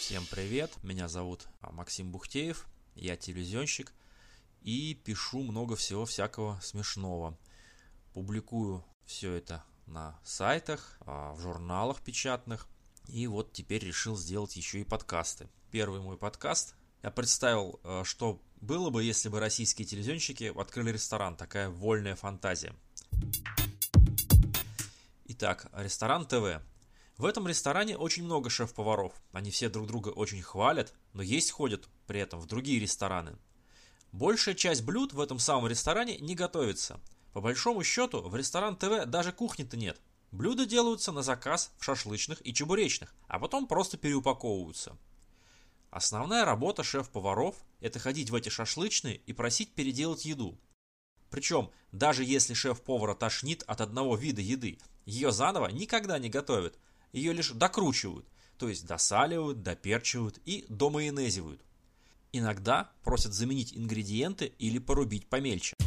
Всем привет, меня зовут Максим Бухтеев, я телевизионщик и пишу много всего всякого смешного. Публикую все это на сайтах, в журналах печатных и вот теперь решил сделать еще и подкасты. Первый мой подкаст я представил, что было бы, если бы российские телевизионщики открыли ресторан, такая вольная фантазия. Итак, ресторан ТВ. В этом ресторане очень много шеф-поваров, они все друг друга очень хвалят, но есть ходят при этом в другие рестораны. Большая часть блюд в этом самом ресторане не готовится. По большому счету в ресторан ТВ даже кухни-то нет. Блюда делаются на заказ в шашлычных и чебуречных, а потом просто переупаковываются. Основная работа шеф-поваров – это ходить в эти шашлычные и просить переделать еду. Причем, даже если шеф-повара тошнит от одного вида еды, ее заново никогда не готовят. Ее лишь докручивают, то есть досаливают, доперчивают и домайонезивают. Иногда просят заменить ингредиенты или порубить помельче.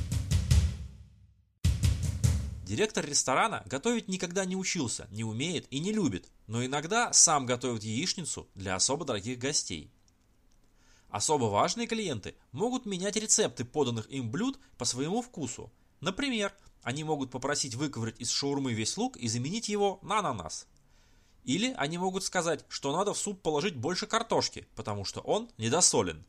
Директор ресторана готовить никогда не учился, не умеет и не любит, но иногда сам готовит яичницу для особо дорогих гостей. Особо важные клиенты могут менять рецепты поданных им блюд по своему вкусу. Например, они могут попросить выковырять из шаурмы весь лук и заменить его на ананас. Или они могут сказать, что надо в суп положить больше картошки, потому что он недосолен.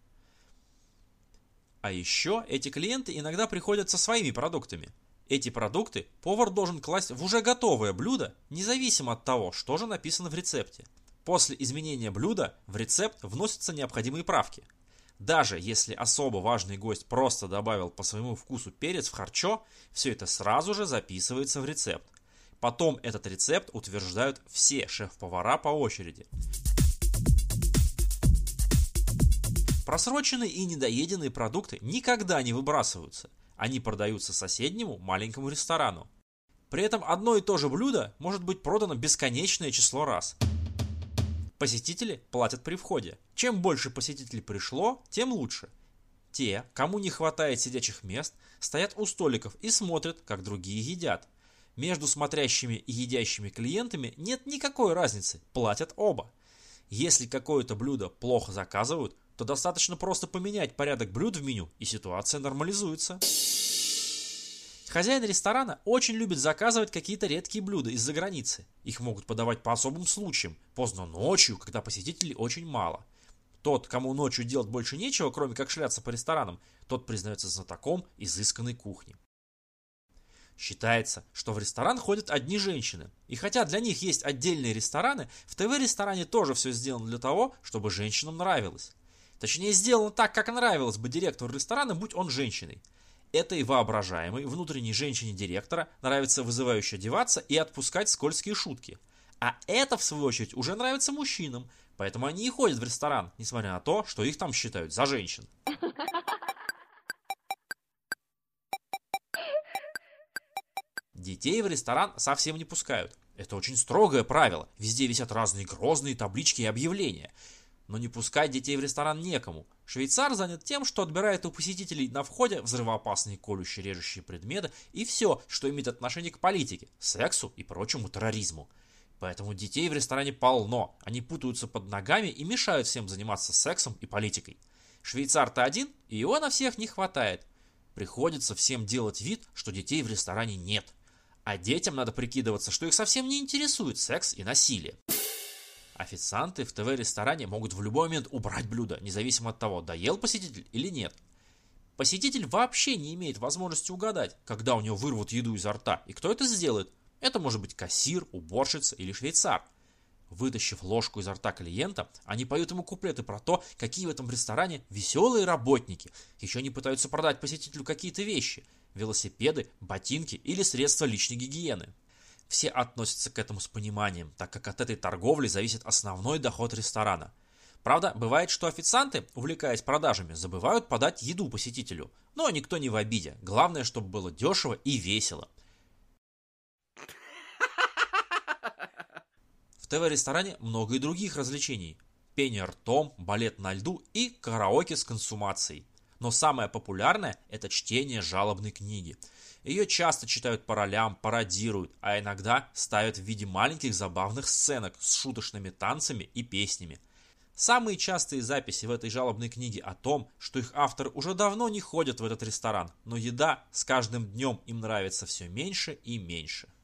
А еще эти клиенты иногда приходят со своими продуктами. Эти продукты повар должен класть в уже готовое блюдо, независимо от того, что же написано в рецепте. После изменения блюда в рецепт вносятся необходимые правки. Даже если особо важный гость просто добавил по своему вкусу перец в харчо, все это сразу же записывается в рецепт. Потом этот рецепт утверждают все шеф-повара по очереди. Просроченные и недоеденные продукты никогда не выбрасываются. Они продаются соседнему маленькому ресторану. При этом одно и то же блюдо может быть продано бесконечное число раз. Посетители платят при входе. Чем больше посетителей пришло, тем лучше. Те, кому не хватает сидячих мест, стоят у столиков и смотрят, как другие едят. Между смотрящими и едящими клиентами нет никакой разницы, платят оба. Если какое-то блюдо плохо заказывают, то достаточно просто поменять порядок блюд в меню, и ситуация нормализуется. Хозяин ресторана очень любит заказывать какие-то редкие блюда из-за границы. Их могут подавать по особым случаям, поздно ночью, когда посетителей очень мало. Тот, кому ночью делать больше нечего, кроме как шляться по ресторанам, тот признается знатоком изысканной кухни. Считается, что в ресторан ходят одни женщины. И хотя для них есть отдельные рестораны, в ТВ-ресторане тоже все сделано для того, чтобы женщинам нравилось. Точнее, сделано так, как нравилось бы директору ресторана, будь он женщиной. Этой воображаемой внутренней женщине директора нравится вызывающе одеваться и отпускать скользкие шутки. А это, в свою очередь, уже нравится мужчинам, поэтому они и ходят в ресторан, несмотря на то, что их там считают за женщин. Детей в ресторан совсем не пускают. Это очень строгое правило. Везде висят разные грозные таблички и объявления. Но не пускать детей в ресторан некому. Швейцар занят тем, что отбирает у посетителей на входе взрывоопасные колющие режущие предметы и все, что имеет отношение к политике, сексу и прочему терроризму. Поэтому детей в ресторане полно. Они путаются под ногами и мешают всем заниматься сексом и политикой. Швейцар-то один, и его на всех не хватает. Приходится всем делать вид, что детей в ресторане нет. А детям надо прикидываться, что их совсем не интересует секс и насилие. Официанты в ТВ-ресторане могут в любой момент убрать блюдо, независимо от того, доел посетитель или нет. Посетитель вообще не имеет возможности угадать, когда у него вырвут еду изо рта, и кто это сделает. Это может быть кассир, уборщица или швейцар. Вытащив ложку изо рта клиента, они поют ему куплеты про то, какие в этом ресторане веселые работники. Еще не пытаются продать посетителю какие-то вещи – велосипеды, ботинки или средства личной гигиены. Все относятся к этому с пониманием, так как от этой торговли зависит основной доход ресторана. Правда, бывает, что официанты, увлекаясь продажами, забывают подать еду посетителю. Но никто не в обиде. Главное, чтобы было дешево и весело. В ТВ-ресторане много и других развлечений. Пение ртом, балет на льду и караоке с консумацией. Но самое популярное – это чтение жалобной книги. Ее часто читают по ролям, пародируют, а иногда ставят в виде маленьких забавных сценок с шуточными танцами и песнями. Самые частые записи в этой жалобной книге о том, что их авторы уже давно не ходят в этот ресторан, но еда с каждым днем им нравится все меньше и меньше.